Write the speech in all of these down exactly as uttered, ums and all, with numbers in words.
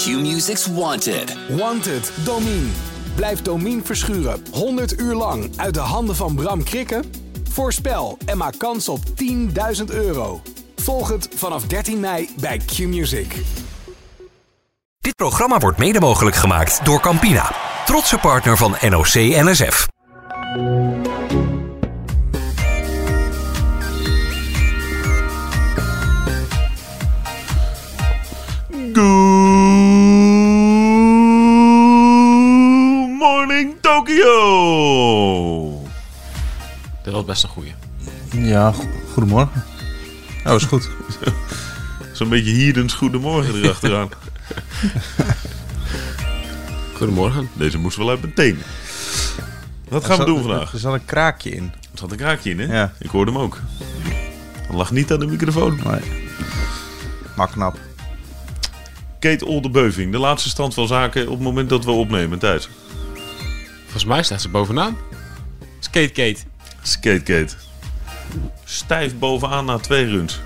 Q-Music's Wanted. Wanted, Domine. Blijf Domine verschuren honderd uur lang uit de handen van Bram Krikke? Voorspel en maak kans op tienduizend euro. Volg het vanaf dertien mei bij Q-Music. Dit programma wordt mede mogelijk gemaakt door Campina, trotse partner van N O C N S F. Good morning Tokyo! Dat was best een goeie. Ja, go- goedemorgen. Oh, is goed. Zo'n beetje hierens goedemorgen erachteraan. Goedemorgen. Deze moest wel uit mijn tenen. Wat gaan we doen vandaag? Er zat een kraakje in. Er zat een kraakje in, hè? Ja. Ik hoorde hem ook. Hij lag niet aan de microfoon. Nee. Maar knap. Kate Oldenbeuving, de laatste stand van zaken op het moment dat we opnemen, Thijs. Volgens mij staat ze bovenaan. Skate Kate. Skate Kate. Stijf bovenaan na twee runs.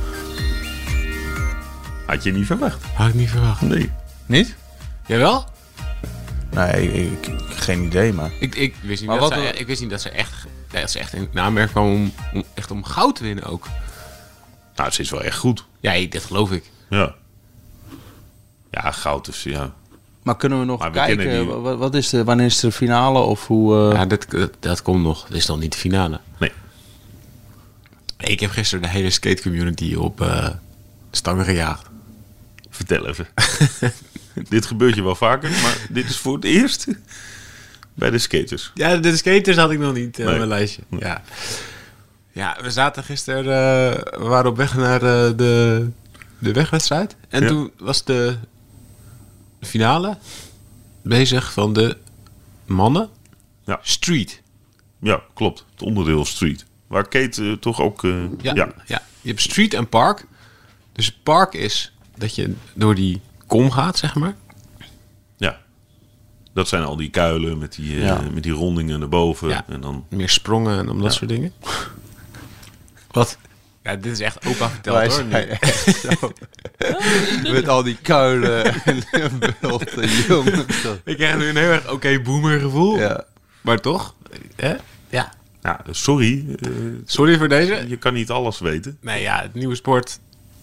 Had je niet verwacht? Had ik niet verwacht. Nee. Niet? Jawel? Nee, ik, ik, geen idee, maar... Ik, ik, wist niet Maar dat wat ze, we- ik wist niet dat ze echt, dat ze echt in aanmerking kwam om, om, echt om goud te winnen ook. Nou, ze is wel echt goed. Ja, dat geloof ik. Ja. Ja, goud is, ja. Maar kunnen we nog Maar we kennen kijken, die- wat, wat is de, wanneer is de finale of hoe... eh, Ja, dat, dat, dat komt nog. Dat is nog niet de finale. Nee. Ik heb gisteren de hele skate community op uh, stangen gejaagd. Vertel even. Dit gebeurt je wel vaker, maar dit is voor het eerst bij de skaters. Ja, de skaters had ik nog niet uh, Nee. op mijn lijstje. Ja. Ja, we zaten gisteren, uh, we waren op weg naar uh, de, de wegwedstrijd. En Ja. toen was de finale bezig van de mannen Ja. street. Ja, klopt. Het onderdeel street. Waar Kate uh, toch ook... Uh, Ja, ja. ja. Je hebt street en park. Dus park is dat je door die kom gaat, zeg maar. Ja. Dat zijn al die kuilen met die, uh, Ja. met die rondingen naar boven. Ja. En dan... Meer sprongen en om dat soort dingen. Wat? Ja, dit is echt opa verteld wij hoor. zijn nu. echt zo... Met al die kuilen en bulten, jongens. dat- Ik krijg nu een heel erg oké boomer gevoel. Ja. Maar toch? Hè? Ja. Ja, sorry. Uh, Sorry voor deze. je kan niet alles weten. Nee, ja, het nieuwe sport.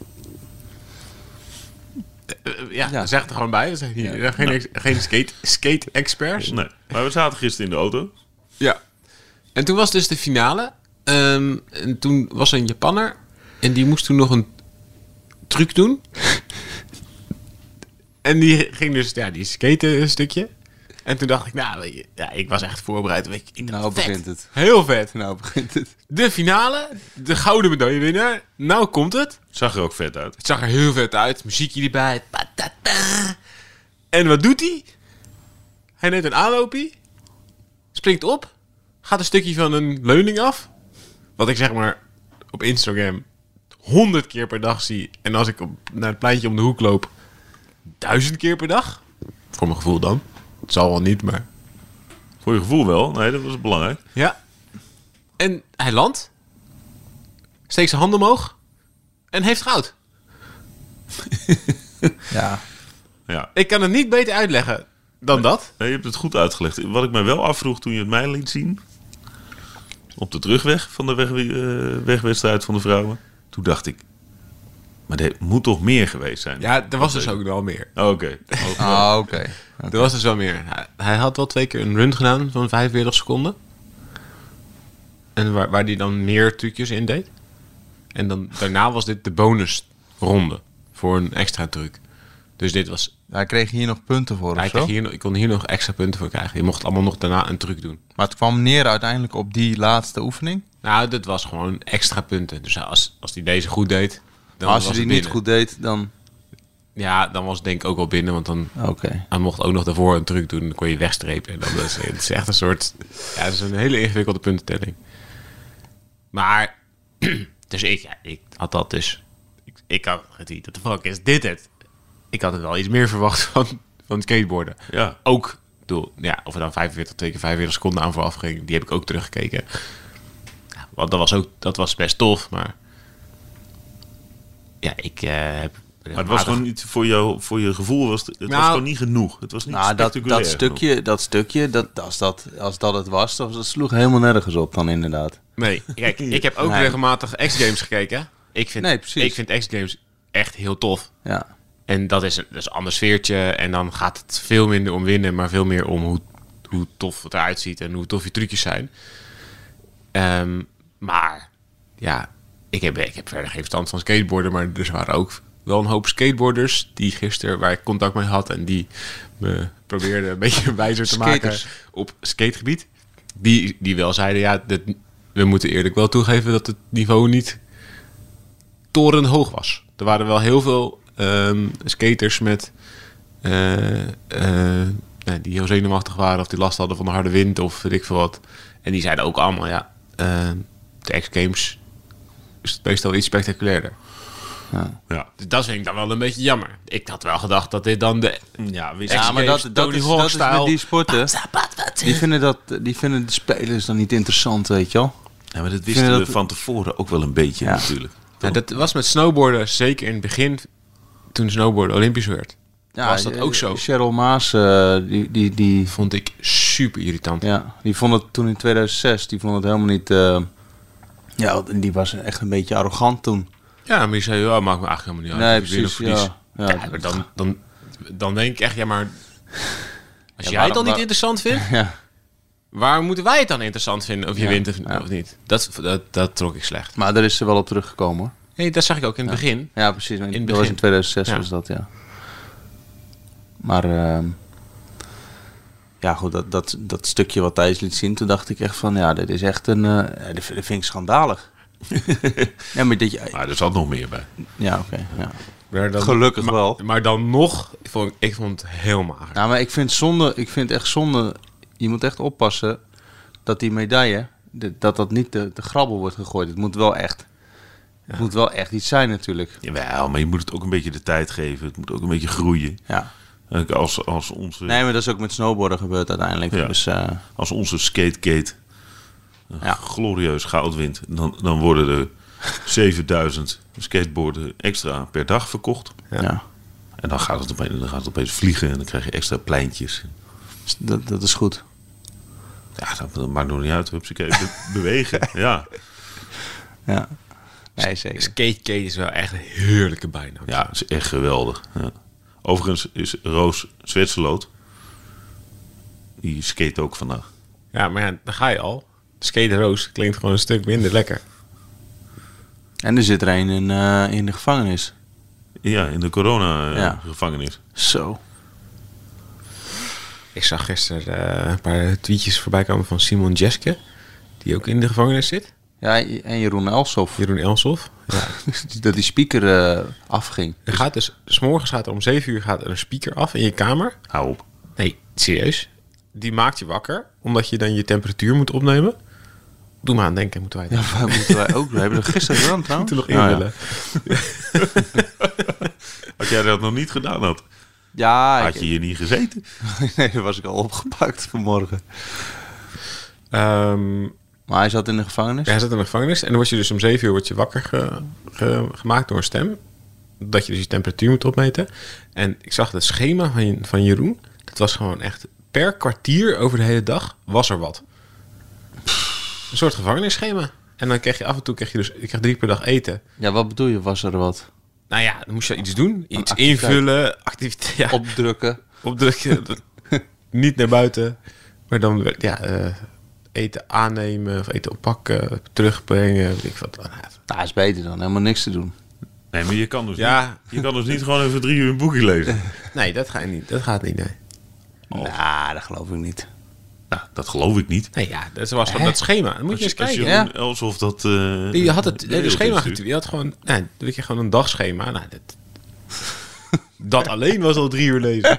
Uh, uh, ja, Ja. zeg het er gewoon bij. We zijn hier Ja. geen, ex- geen skate, skate experts. Nee. Maar we zaten gisteren in de auto. Ja. En toen was dus de finale. Ehm, en toen was er een Japanner. En die moest toen nog een truc doen. En die ging dus, ja, die skaten een stukje. En toen dacht ik, nou, weet je, ja, ik was echt voorbereid. Weet je, ik dacht, Nou vet. begint het. Heel vet. Nou begint het. De finale, de gouden medaillewinnaar. Nou komt het. Zag er ook vet uit. Het zag er heel vet uit. Muziekje erbij. Patata. En wat doet hij? Hij neemt een aanloopie. Springt op. Gaat een stukje van een leuning af. Wat ik zeg maar op Instagram honderd keer per dag zie. En als ik op, naar het pleintje om de hoek loop, duizend keer per dag. Voor mijn gevoel dan. Het zal wel niet, maar... Voor je gevoel wel. Nee, dat was belangrijk. Ja. En hij landt. Steekt zijn hand omhoog. En heeft goud. Ja. Ja. Ik kan het niet beter uitleggen dan dat. Nee, je hebt het goed uitgelegd. Wat ik mij wel afvroeg toen je het mij liet zien... op de terugweg van de weg, uh, wegwedstrijd van de vrouwen... toen dacht ik... maar er moet toch meer geweest zijn? Ja, er was dus ook wel meer. Oh, oké. Okay. Ah, oké. Er was dus wel meer. Hij, hij had wel twee keer een run gedaan van vijfenveertig seconden. En waar, waar hij dan meer trucjes in deed. En dan, daarna was dit de bonusronde voor een extra truc. Dus dit was... Hij kreeg hier nog punten voor Hij of zo. kreeg hier, nog- ik kon hier nog extra punten voor krijgen. Je mocht allemaal nog daarna een truc doen. Maar het kwam neer uiteindelijk op die laatste oefening. Nou, dit was gewoon extra punten. Dus als, als hij deze goed deed... Dan Maar als was je die het niet binnen. goed deed, dan... Ja, dan was het denk ik ook wel binnen. Want dan... Oké. Hij mocht ook nog daarvoor een truc doen. Dan kon je wegstrepen. En dan is het is echt een soort... Ja, het is een hele ingewikkelde puntentelling. Maar... Dus ik, ja, ik had dat dus... Ik, ik had getweet, what the fuck is dit het? Ik had het wel iets meer verwacht van, van skateboarden. Ja. Ook, bedoel, ja, of er dan vijfenveertig, twee keer vijfenveertig seconden aan vooraf ging. Die heb ik ook teruggekeken. Want dat was ook, dat was best tof, maar... Ja, ik uh, heb Maar het was gewoon niet voor jou, voor je gevoel was het, het Nou, was gewoon niet genoeg. Het was niet Nou, dat, spectaculair dat stukje, dat stukje dat, als, dat, als dat het was, dat, dat sloeg helemaal nergens op dan inderdaad. Nee, kijk, ik heb ook Nee. regelmatig X-Games gekeken. Ik vind, Nee, precies. ik vind X-Games echt heel tof. Ja, En dat is een, dat is een ander sfeertje. En dan gaat het veel minder om winnen, maar veel meer om hoe, hoe tof het eruit ziet en hoe tof je trucjes zijn. Ehm, maar ja, ik heb, ik heb verder geen verstand van skateboarden, maar er waren ook wel een hoop skateboarders die gisteren, waar ik contact mee had en die me probeerden een beetje wijzer te Skaters. maken op skategebied. Die, die wel zeiden, ja, dit, we moeten eerlijk wel toegeven dat het niveau niet torenhoog was. Er waren wel heel veel ehm, skaters met eh, eh, nou, die heel zenuwachtig waren of die last hadden van de harde wind of weet ik veel wat. En die zeiden ook allemaal, ja, uh, de X-Games is het meestal iets spectaculairder. Ja, Dus dat vind ik dan wel een beetje jammer. Ik had wel gedacht dat dit dan de ja, wist ja je- maar dat, dat, Tony is, Hawk dat is met style. die sporten. Die vinden, dat, die vinden de spelers dan niet interessant, weet je wel. ja, maar dat Vind je wisten we dat- van tevoren ook wel een beetje Ja. natuurlijk. Ja, dat was met snowboarden, zeker in het begin, toen snowboarden olympisch werd. Was dat ook zo? Cheryl Maas, eh, die, die, die, Vond ik super irritant. ja, die vond het toen in tweeduizend zes, die vond het helemaal niet... eh, ja, die was echt een beetje arrogant toen. Ja, maar die zei, ja, maakt me eigenlijk helemaal niet Nee, uit. Ik win of precies, verlies. ja. Ja, Ja, maar dan, dan, dan denk ik echt, ja, maar als Ja, jij het waarom- dan niet waar- interessant vindt, Ja, waar moeten wij het dan interessant vinden of je Ja, wint of, ja. of niet? Dat, dat, dat trok ik slecht. maar daar is ze wel op teruggekomen, hoor. Nee, dat zag ik ook in het begin. Ja, precies. In, het dat begin. was in tweeduizend zes Ja. was dat, ja. Maar ehm, ja, goed, dat, dat, dat stukje wat Thijs liet zien, toen dacht ik echt van, ja, dit is echt een, eh dit vind ik schandalig. Ja, maar dat je, Maar er zat nog meer bij. ja, oké, ja. Maar dan, Gelukkig maar, wel. Maar dan nog, ik vond, ik vond het heel mager. Nou, maar ik vind zonde, ik vind echt zonde, je moet echt oppassen dat die medaille, de- dat dat niet de, de grabbel wordt gegooid. Het moet wel echt, het moet wel echt iets zijn natuurlijk. Jawel, maar je moet het ook een beetje de tijd geven. Het moet ook een beetje groeien. Ja. Kijk, Als, als, onze, Nee, maar dat is ook met snowboarden gebeurd uiteindelijk. Ja. Dus eh, als onze skatekate uh, Ja. glorieus goud wint, dan, dan worden er zevenduizend skateboarden extra per dag verkocht. ja. En dan gaat, het opeens, dan gaat het opeens vliegen en dan krijg je extra pleintjes. Dat, dat is goed. Ja, dat, dat maakt nog niet uit. Hupsakee, be- bewegen. Ja. Ja. Nee, zeker. Skate is wel echt een heerlijke bijnaam. Ja, dat is echt geweldig. Ja. Overigens is Roos Zwitserloot, die skate ook vandaag. Ja, maar ja, dan ga je al. Skate Roos klinkt gewoon een stuk minder lekker. En er zit er een in, eh, in de gevangenis. Ja, in de Ja. corona-gevangenis. Zo. Ik zag gisteren eh, een paar tweetjes voorbij komen van Simon Jeske, die ook in de gevangenis zit. Ja, en Jeroen Elsof. Jeroen Elsof. Ja. Dat die speaker eh, afging. Er gaat dus, 's morgens gaat er om zeven uur gaat er een speaker af in je kamer. Hou op. Nee, serieus. Die maakt je wakker, omdat je dan je temperatuur moet opnemen. Doe maar aan denken, moeten wij het Ja, wij moeten wij ook. We hebben er gisteren gedaan trouwens. moeten nog Nou, invullen. Als jij dat nog niet gedaan had, Ja, had ik- je hier niet gezeten. nee, dat was ik al opgepakt vanmorgen. Ehm, Maar hij zat in de gevangenis. Ja, hij zit in de gevangenis en dan word je dus om zeven uur word je wakker ge- ge- gemaakt door een stem. Dat je dus je temperatuur moet opmeten. En ik zag het schema van, van Jeroen. Dat was gewoon echt per kwartier over de hele dag was er wat. Een soort gevangenisschema. En dan kreeg je af en toe kreeg je dus ik kreeg drie keer per dag eten. Ja, wat bedoel je? Was er wat? Nou ja, dan moest je iets doen. Iets activiteit. invullen. Activiteit. Ja, Opdrukken. opdrukken. Niet naar buiten. Maar dan werd- ja, eh, eten aannemen of eten oppakken, terugbrengen. Weet ik wat. Nou, is beter dan helemaal niks te doen. Nee, maar je kan dus, Ja. niet, je kan dus niet gewoon even drie uur een boekje lezen. Nee, dat ga je niet. Dat gaat niet, nee. Nou, dat geloof ik niet. Nou, dat geloof ik niet. Nee, ja, dat was gewoon dat schema. Dan moet je eens Als je, als kijken. je alsof dat... eh, Je had het de hele wereld schema instuurt. gestuurd. Je had gewoon, nee, dan weet je gewoon een dagschema. Nou, dat, dat alleen was al drie uur lezen.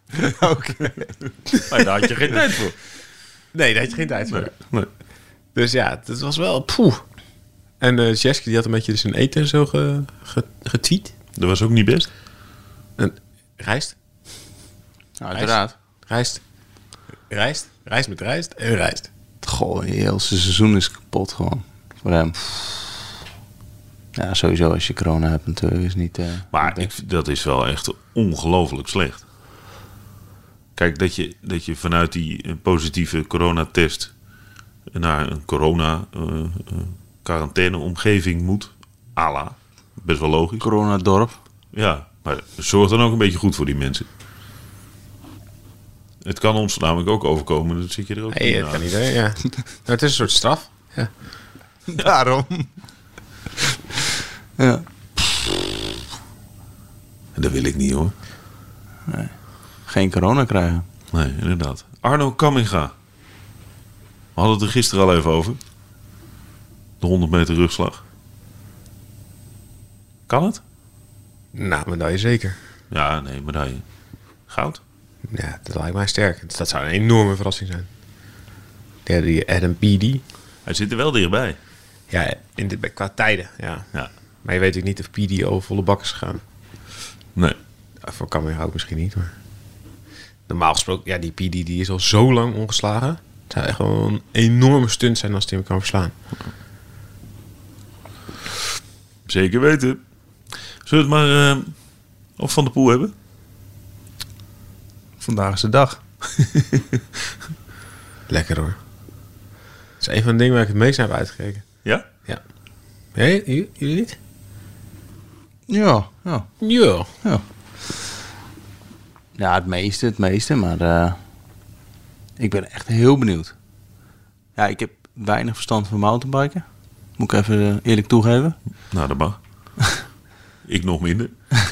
Maar daar had je geen tijd voor. Nee, daar had je geen tijd voor. Nee, nee. Dus ja, dat was wel poeh. En uh, Jeske die had een beetje dus een eten en zo ge, ge, getweet. Dat was ook niet best. En rijst, Nou, uiteraard. rijst, rijst, rijst met rijst en rijst. Goh, je hele seizoen is kapot gewoon. Voor hem. Ja, sowieso als je corona hebt natuurlijk is niet... Uh, maar ik, dat is wel echt ongelooflijk slecht. Kijk, dat je, dat je vanuit die positieve coronatest naar een corona uh, uh, quarantaineomgeving moet. Ala. Best wel logisch. Coronadorp. Ja, maar zorg dan ook een beetje goed voor die mensen. Het kan ons namelijk ook overkomen. Dan zit je er ook nee, in. Het kan niet, hè? Ja. Nou, het is een soort straf. Ja. Daarom. Ja. Dat wil ik niet, hoor. Nee. Geen corona krijgen. Nee, inderdaad. Arno Kamminga. We hadden het er gisteren al even over. De honderd meter rugslag. Kan het? Nou, medaille zeker. Ja, nee, medaille. Goud? Ja, dat lijkt mij sterk. Dat zou een enorme verrassing zijn. Ja, die Adam Peaty. Hij zit er wel dichtbij. Ja, in de, qua tijden, ja. Ja. Maar je weet natuurlijk niet of Peaty over volle bak is gegaan. Nee. Ja, voor Kamminga ook misschien niet, maar... Normaal gesproken, ja, die Peaty die is al zo lang ongeslagen. Het zou echt wel een enorme stunt zijn als hij hem kan verslaan. Zeker weten. Zullen we het maar uh, op Van der Poel hebben? Vandaag is de dag. Lekker hoor. Dat is een van de dingen waar ik het meest naar heb uitgekeken. Ja? Ja. Nee, jullie, jullie niet? Ja, ja. Ja. Ja, ja het meeste, het meeste. Maar uh, ik ben echt heel benieuwd. Ja, ik heb weinig verstand van mountainbiken. Moet ik even uh, eerlijk toegeven. Nou, dat mag. Ik nog minder.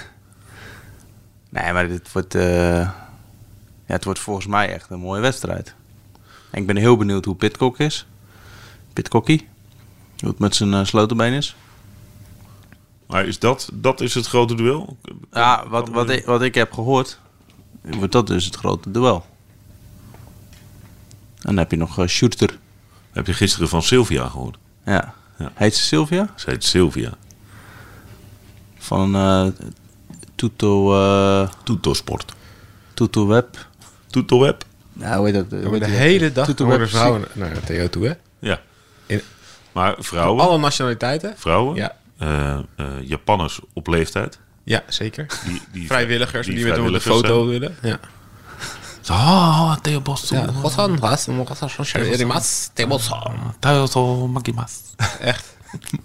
Nee, maar dit wordt, uh, ja, het wordt volgens mij echt een mooie wedstrijd. En ik ben heel benieuwd hoe Pidcock is. Pidcockie. Hoe het met zijn uh, sleutelbeen is. Maar is dat, dat is het grote duel? Ja, wat, wat, ik, wat ik heb gehoord, wordt dat dus het grote duel. En dan heb je nog uh, Shooter. Heb je gisteren van Sylvia gehoord? Ja. Ja. Heet ze Sylvia? Ze heet Sylvia. Van uh, Tuto... Uh, Tutosport. Tuto Web. Tuto Web? Ja, hoe heet dat? We Hoe heet de die? hele dag Tuto worden Web vrouwen naar Theo toe, hè? Ja. In Maar vrouwen... alle nationaliteiten. Vrouwen? Ja. Uh, uh, Japanners op leeftijd. Ja, zeker. Die, die Vrijwilligers die, die met een vrijwilligers foto zijn. willen. Ja. Ah, Theo Boston. Ja, wat dan? Wat dan? Wat dan? Theo Boston. Theo Makimas. Echt.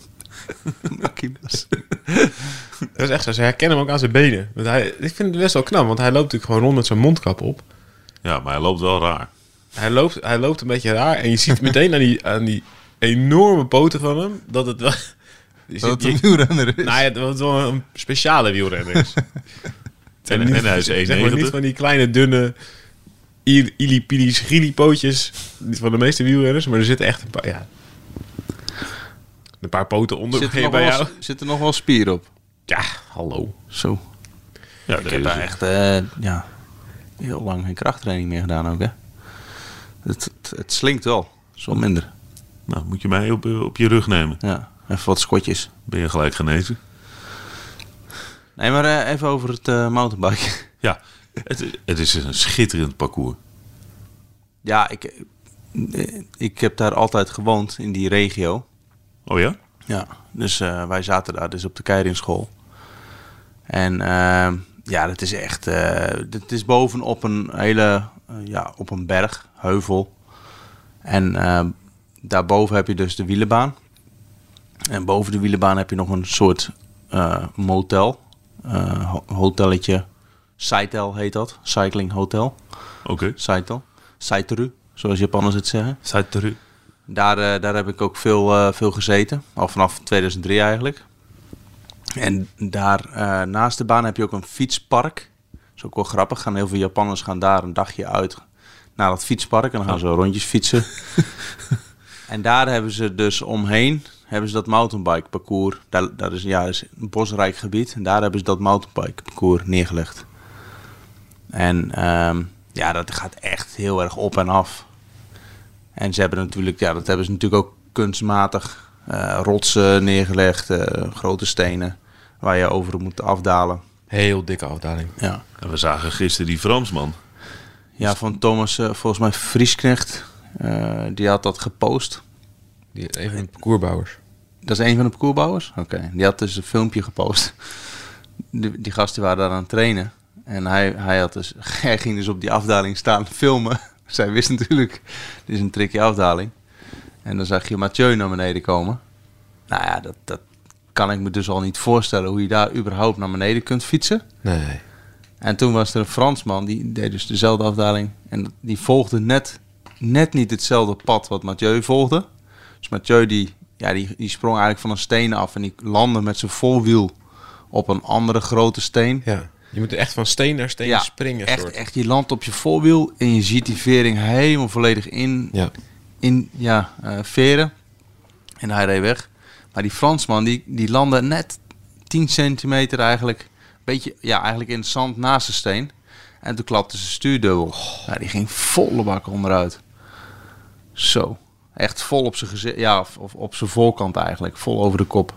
Dat is echt zo. Ze herkennen hem ook aan zijn benen. Want hij, ik vind het best wel knap, want hij loopt natuurlijk gewoon rond met zijn mondkap op. Ja, maar hij loopt wel raar. Hij loopt, hij loopt een beetje raar en je ziet meteen aan die, aan die enorme poten van hem dat het wel... Je Dat ziet- het je- een wielrenner is. Nou ja, dat het wel een speciale wielrenner is. En, en hij is Zeg maar niet één negentig. van die kleine, dunne, il- illi-pili, schilli-pootjes van de meeste wielrenners, maar er zitten echt een paar, ja... Een paar poten onder Zit er, bij, nog bij wel, jou. zit er nog wel spier op? Ja, hallo. Zo. Ja, Ik dat heb is daar het. echt uh, ja, heel lang geen krachttraining meer gedaan ook, hè. Het, het, het slinkt wel. Is wel minder. Nou, moet je mij op, op je rug nemen. Ja, even wat squatjes. Ben je gelijk genezen. Nee, maar uh, even over het uh, mountainbiken. Ja, het, het is een schitterend parcours. Ja, ik, ik heb daar altijd gewoond, in die regio. Oh ja? Ja, dus uh, wij zaten daar dus op de Keiringschool. En uh, ja, dat is echt... Uh, het is bovenop een hele... Uh, ja, op een berg, heuvel. En uh, daarboven heb je dus de wielenbaan. En boven de wielenbaan heb je nog een soort uh, motel. Uh, ho- hotelletje. Saitel heet dat. Cycling Hotel. Oké. Okay. Saitel. Saiteru, zoals Japanners het zeggen. Saiteru. Daar, uh, daar heb ik ook veel, uh, veel gezeten. Al vanaf tweeduizend drie eigenlijk. En daar uh, naast de baan heb je ook een fietspark. Dat is ook wel grappig. Gaan heel veel Japanners gaan daar een dagje uit naar dat fietspark. En dan gaan ze rondjes fietsen. En daar hebben ze dus omheen hebben ze dat mountainbike parcours. Daar, daar is, ja, is een bosrijk gebied. En daar hebben ze dat mountainbike parcours neergelegd. En um, ja, dat gaat echt heel erg op en af. En ze hebben natuurlijk, ja, dat hebben ze natuurlijk ook kunstmatig uh, rotsen neergelegd, uh, grote stenen waar je over moet afdalen. Heel dikke afdaling. Ja, En we zagen gisteren die Fransman. ja van Thomas, uh, volgens mij Vriesknecht, uh, die had dat gepost. Die, een van de parcoursbouwers. Dat is een van de parcoursbouwers? Oké. Okay. Die had dus een filmpje gepost. Die, die gasten waren daar aan het trainen. En hij, hij, had dus, hij ging dus op die afdaling staan filmen. Zij wist natuurlijk, dit is een tricky afdaling. En dan zag je Mathieu naar beneden komen. Nou ja, dat, dat kan ik me dus al niet voorstellen... hoe je daar überhaupt naar beneden kunt fietsen. Nee. En toen was er een Fransman, die deed dus dezelfde afdaling. En die volgde net, net niet hetzelfde pad wat Mathieu volgde. Dus Mathieu die, ja, die, die sprong eigenlijk van een steen af... en die landde met zijn voorwiel op een andere grote steen. Ja, je moet echt van steen naar steen ja, springen. Echt, soort. echt, je landt op je voorwiel en je ziet die vering helemaal volledig in, Ja. in ja, uh, veren. En hij reed weg. Maar die Fransman, die, die landde net tien centimeter eigenlijk... beetje, ja, eigenlijk in het zand naast de steen. En toen klapte zijn stuurdubbel. Oh. Ja, die ging volle bak onderuit. Zo. Echt vol op zijn gezicht. Ja, of, of op zijn voorkant eigenlijk. Vol over de kop.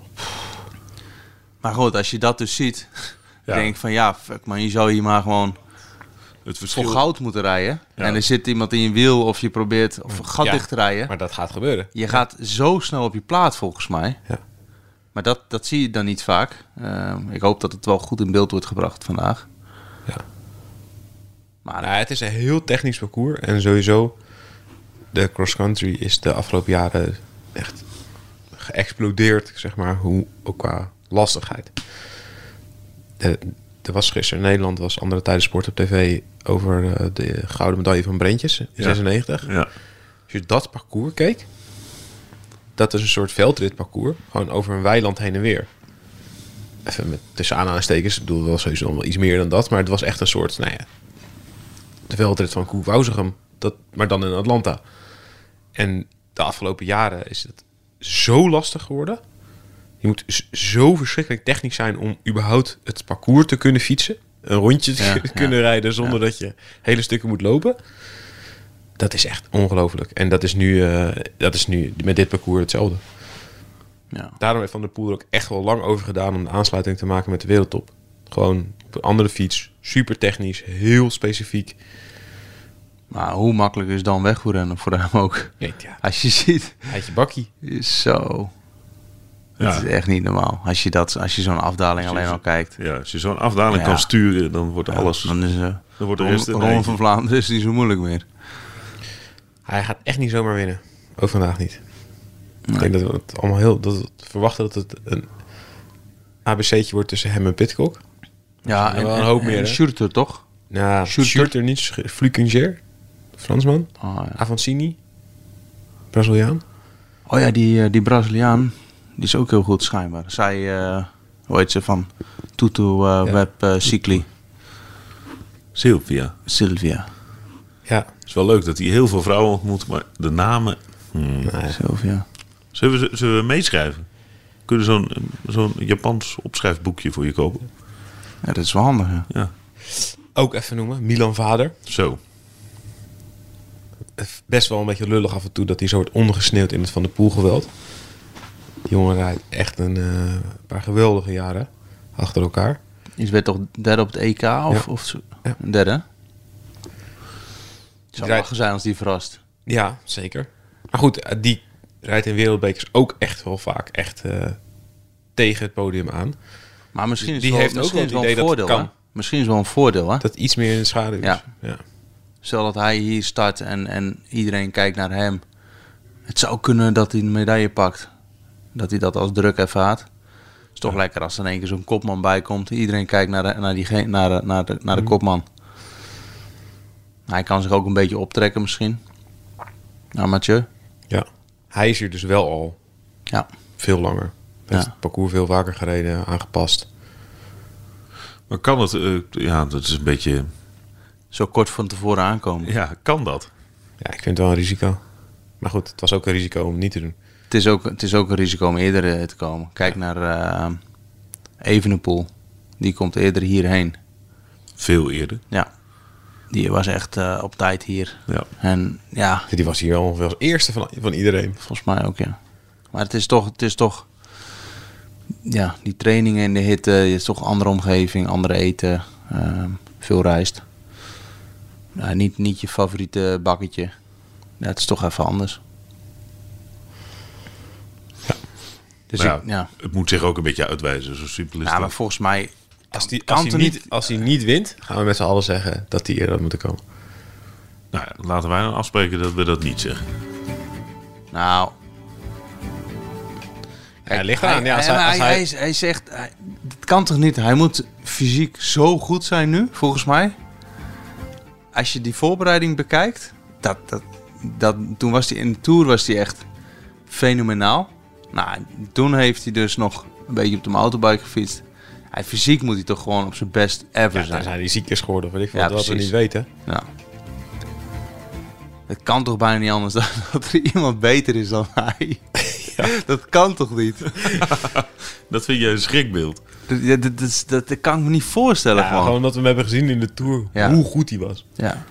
Maar goed, als je dat dus ziet... Ja. denk ik van ja, fuck man, je zou hier maar gewoon... Het verschil... voor goud moeten rijden. Ja. En er zit iemand in je wiel of je probeert of een gat Ja, dicht te rijden. Maar dat gaat gebeuren. Je gaat zo snel op je plaat volgens mij. Ja. Maar dat, dat zie je dan niet vaak. Uh, ik hoop dat het wel goed in beeld wordt gebracht vandaag. Ja. Maar nou, het is een heel technisch parcours. En sowieso, de cross-country is de afgelopen jaren echt geëxplodeerd, zeg maar, hoe, ook qua lastigheid. De, er was gisteren in Nederland, was Andere Tijden Sport op tv... over uh, de gouden medaille van Brentjes in Ja. zesennegentig. Ja. Als je dat parcours keek... dat is een soort veldritparcours. Gewoon over een weiland heen en weer. Even met tussen aanhalingstekens. Ik bedoel, wel sowieso wel iets meer dan dat. Maar het was echt een soort, nou ja... de veldrit van Koen Wouzegem. Dat, maar dan in Atlanta. En de afgelopen jaren is het zo lastig geworden. Je moet z- zo verschrikkelijk technisch zijn... om überhaupt het parcours te kunnen fietsen. Een rondje te Ja, kunnen ja. rijden... zonder Ja. dat je hele stukken moet lopen. Dat is echt ongelooflijk. En dat is nu, uh, dat is nu met dit parcours hetzelfde. ja. Daarom heeft Van der Poel er ook echt wel lang over gedaan... om de aansluiting te maken met de wereldtop. Gewoon op een andere fiets. Super technisch. Heel specifiek. Maar hoe makkelijk is dan wegrennen voor hem ook? Nee, ja, Als je ziet, uit je bakkie. zo. Ja. Het is echt niet normaal. Als je, dat, als je zo'n afdaling alleen al kijkt. Ja, als je zo'n afdaling Ja. kan sturen, dan wordt Ja, alles... Dan is uh, Dan wordt de rest... Ron, Ron van Vlaanderen is niet zo moeilijk meer. Hij gaat echt niet zomaar winnen. Ook vandaag niet. Nee. Ik denk dat we het allemaal heel... Dat we verwachten dat het een A B C'tje wordt tussen hem en Pidcock. Ja, er en, wel een en, hoop en meer, hè? Schurter toch? Nou, Schurter. Schurter niet. Flukinger. Fransman. Oh ja. Avancini. Braziliaan. Oh ja, die, uh, die Braziliaan, die is ook heel goed schijnbaar. Zij, uh, hoe heet ze, van Tutu uh, Ja. Web uh, Cycli. Sylvia. Sylvia. Ja. Het is wel leuk dat hij heel veel vrouwen ontmoet, maar de namen... Hmm. Nee. Sylvia. Zullen, we, zullen we meeschrijven? Kunnen we zo'n, zo'n Japans opschrijfboekje voor je kopen? Ja, dat is wel handig, ja. Ja. Ook even noemen. Milan Vader. Zo. Best wel een beetje lullig af en toe dat hij zo wordt ondergesneeuwd in het Van der Poel geweld. Die jongen rijdt echt een uh, paar geweldige jaren achter elkaar. Die werd toch derde op het E K of, Ja. of zo? Ja. Een derde? Het zou rijdt- lachen zijn als die verrast. Ja, zeker. Maar goed, uh, die rijdt in wereldbekers ook echt wel vaak echt uh, tegen het podium aan. Maar misschien is Die het wel, heeft ook misschien wel is het wel een idee dat voordeel, het hè? Misschien is het wel een voordeel, hè? Dat iets meer in de schaduw is. Ja. Ja. Stel dat hij hier start en, en iedereen kijkt naar hem. Het zou kunnen dat hij een medaille pakt. Dat hij dat als druk ervaart. Het is toch Ja. lekker als er in één keer zo'n kopman bij komt. Iedereen kijkt naar de, naar die, ge- naar de, naar de, naar de Mhm. kopman. Hij kan zich ook een beetje optrekken misschien. Nou, Mathieu. ja. Hij is hier dus wel al Ja. veel langer. Hij heeft Ja. het parcours veel vaker gereden, aangepast. Maar kan het... Uh, ja, dat is een beetje... Zo kort van tevoren aankomen. Ja, kan dat? Ja, ik vind het wel een risico. Maar goed, het was ook een risico om het niet te doen. Het is ook, het is ook een risico om eerder eh, te komen. Kijk naar uh, Evenepoel. Die komt eerder hierheen. Veel eerder. Ja. Die was echt uh, op tijd hier. Ja. En ja, Die was hier al als eerste van, van iedereen. volgens mij ook, ja. Maar het is toch, het is toch... Ja, die trainingen in de hitte. Het is toch andere omgeving, andere eten. Uh, veel rijst. Ja, niet, niet je favoriete bakketje. Ja, het is toch even anders. Ja. Dus Maar ik, ja, ja. het moet zich ook een beetje uitwijzen. Zo simpel is ja, dat. maar volgens mij... Als hij kan als toch die niet, niet- als die niet wint, gaan we met z'n allen zeggen dat hij eerder had moeten komen. Nou, ja, laten wij dan afspreken dat we dat niet zeggen. Nou... Ja, ligt eraan. Ja, als hij, hij, als hij, hij- hij, is- hij zegt... Hij, dat kan toch niet? Hij moet fysiek zo goed zijn nu, volgens mij. Als je die voorbereiding bekijkt... Dat, dat, dat, toen was hij in de Tour was hij echt fenomenaal. Nou, toen heeft hij dus nog een beetje op de motorbike gefietst. Hij, fysiek moet hij toch gewoon op zijn best ever ja, zijn. dan zijn die ziek is geworden. Of weet ik veel, Ja, wat we precies. niet weten. Ja. Het kan toch bijna niet anders dan dat er iemand beter is dan hij. Dat kan toch niet? Dat vind jij een schrikbeeld. Dat, ja, dat, dat, is- dat, dat kan ik me niet voorstellen Ja, gewoon. gewoon dat we hem hebben gezien in de Tour. Ja. Hoe goed hij was. Ja.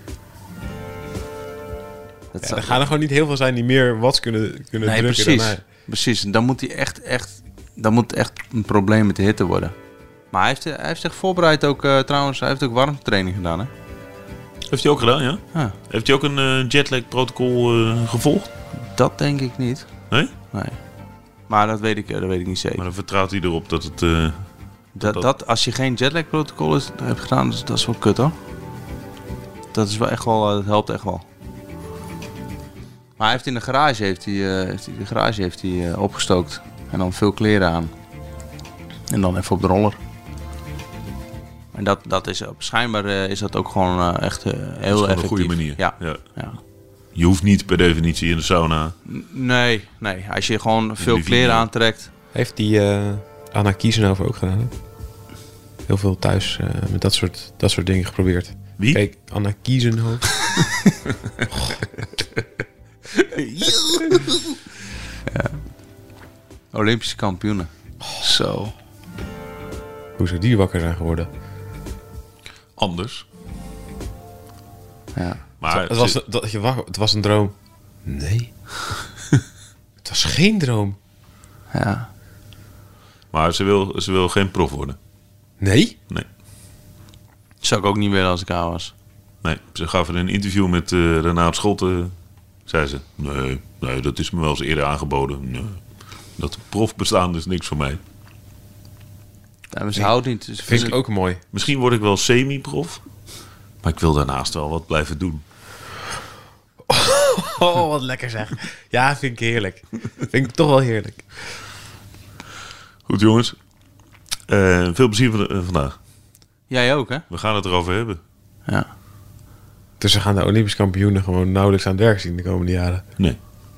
Dat Ja, zou- er gaan er gewoon niet heel veel zijn die meer watts kunnen, kunnen nee, drukken precies. dan hij. Precies. Dan moet hij echt, echt, dan moet echt een probleem met de hitte worden. Maar hij heeft, hij heeft zich voorbereid ook, uh, trouwens, hij heeft ook warmtetraining gedaan, hè? Heeft hij ook gedaan, ja? Ja. Heeft hij ook een uh, jetlag protocol uh, gevolgd? Dat denk ik niet. Nee? Nee. Maar dat weet ik, dat weet ik niet zeker. Maar dan vertrouwt hij erop dat het... Uh, Dat, dat- dat, als je geen jetlag protocol is, hebt gedaan, dat is, dat is wel kut, hoor. Dat is wel echt wel, uh, dat helpt echt wel. Maar hij heeft in de garage, heeft hij, uh, heeft hij, de garage heeft hij uh, opgestookt. En dan veel kleren aan. En dan even op de roller. En dat, dat is, schijnbaar uh, is dat ook gewoon uh, echt uh, heel dat is gewoon effectief. een goede manier. Ja. Ja. Ja. Je hoeft niet per definitie in de sauna. N- Nee, nee. Als je gewoon veel die kleren video. aantrekt. Heeft die uh, Anna Kiesenhover ook gedaan? Hè? Heel veel thuis uh, met dat soort, dat soort dingen geprobeerd. Wie? Kijk, Anna Kiesenhover. Olympische kampioenen. Zo. Hoe zou die wakker zijn geworden? Anders. Ja. Maar het, was, dat, je wacht, het was een droom. Nee. Het was geen droom. Ja. maar ze, wil, ze wil geen prof worden. Nee? Nee. Zou ik ook niet willen als ik haar was. Nee, ze gaf in een interview met uh, Renaat Scholte. Zei ze, nee, nee, dat is me wel eens eerder aangeboden. Nee, dat prof bestaan is niks voor mij. Ja, maar ze houdt niet. Ze Vind ik ook mooi. Misschien word ik wel semi-prof. Maar ik wil daarnaast wel wat blijven doen. Oh, wat lekker zeg. Ja, vind ik heerlijk. Vind ik toch wel heerlijk. Goed jongens. Uh, veel plezier van, uh, vandaag. Jij ook, hè? We gaan het erover hebben. Ja. Dus we gaan de Olympisch kampioenen gewoon nauwelijks aan het werk zien de komende jaren. Nee.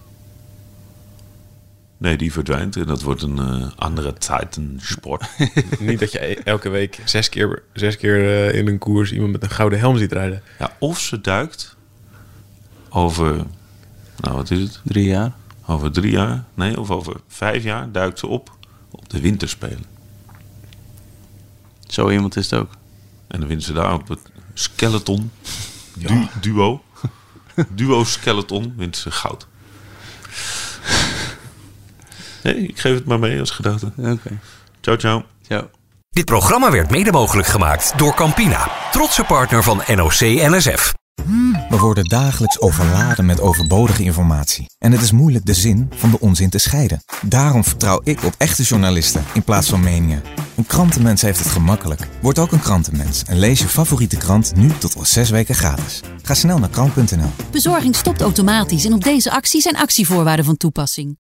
Nee, die verdwijnt en dat wordt een uh, andere tijdensport. Niet dat je elke week zes keer, zes keer uh, in een koers iemand met een gouden helm ziet rijden. Ja, of ze duikt over, nou wat is het? Drie jaar. Over drie jaar, nee, of over vijf jaar duikt ze op op de winterspelen. Zo iemand is het ook. En dan winnen ze daar op het skeleton du- duo. Duo skeleton wint ze goud. Nee, ik geef het maar mee als gedachte. Oké. Okay. Ciao, ciao. Ciao. Dit programma werd mede mogelijk gemaakt door Campina, trotse partner van N O C N S F. We worden dagelijks overladen met overbodige informatie. En het is moeilijk de zin van de onzin te scheiden. Daarom vertrouw ik op echte journalisten in plaats van meningen. Een krantenmens heeft het gemakkelijk. Word ook een krantenmens en lees je favoriete krant nu tot al zes weken gratis. Ga snel naar krant punt n l. Bezorging stopt automatisch en op deze actie zijn actievoorwaarden van toepassing.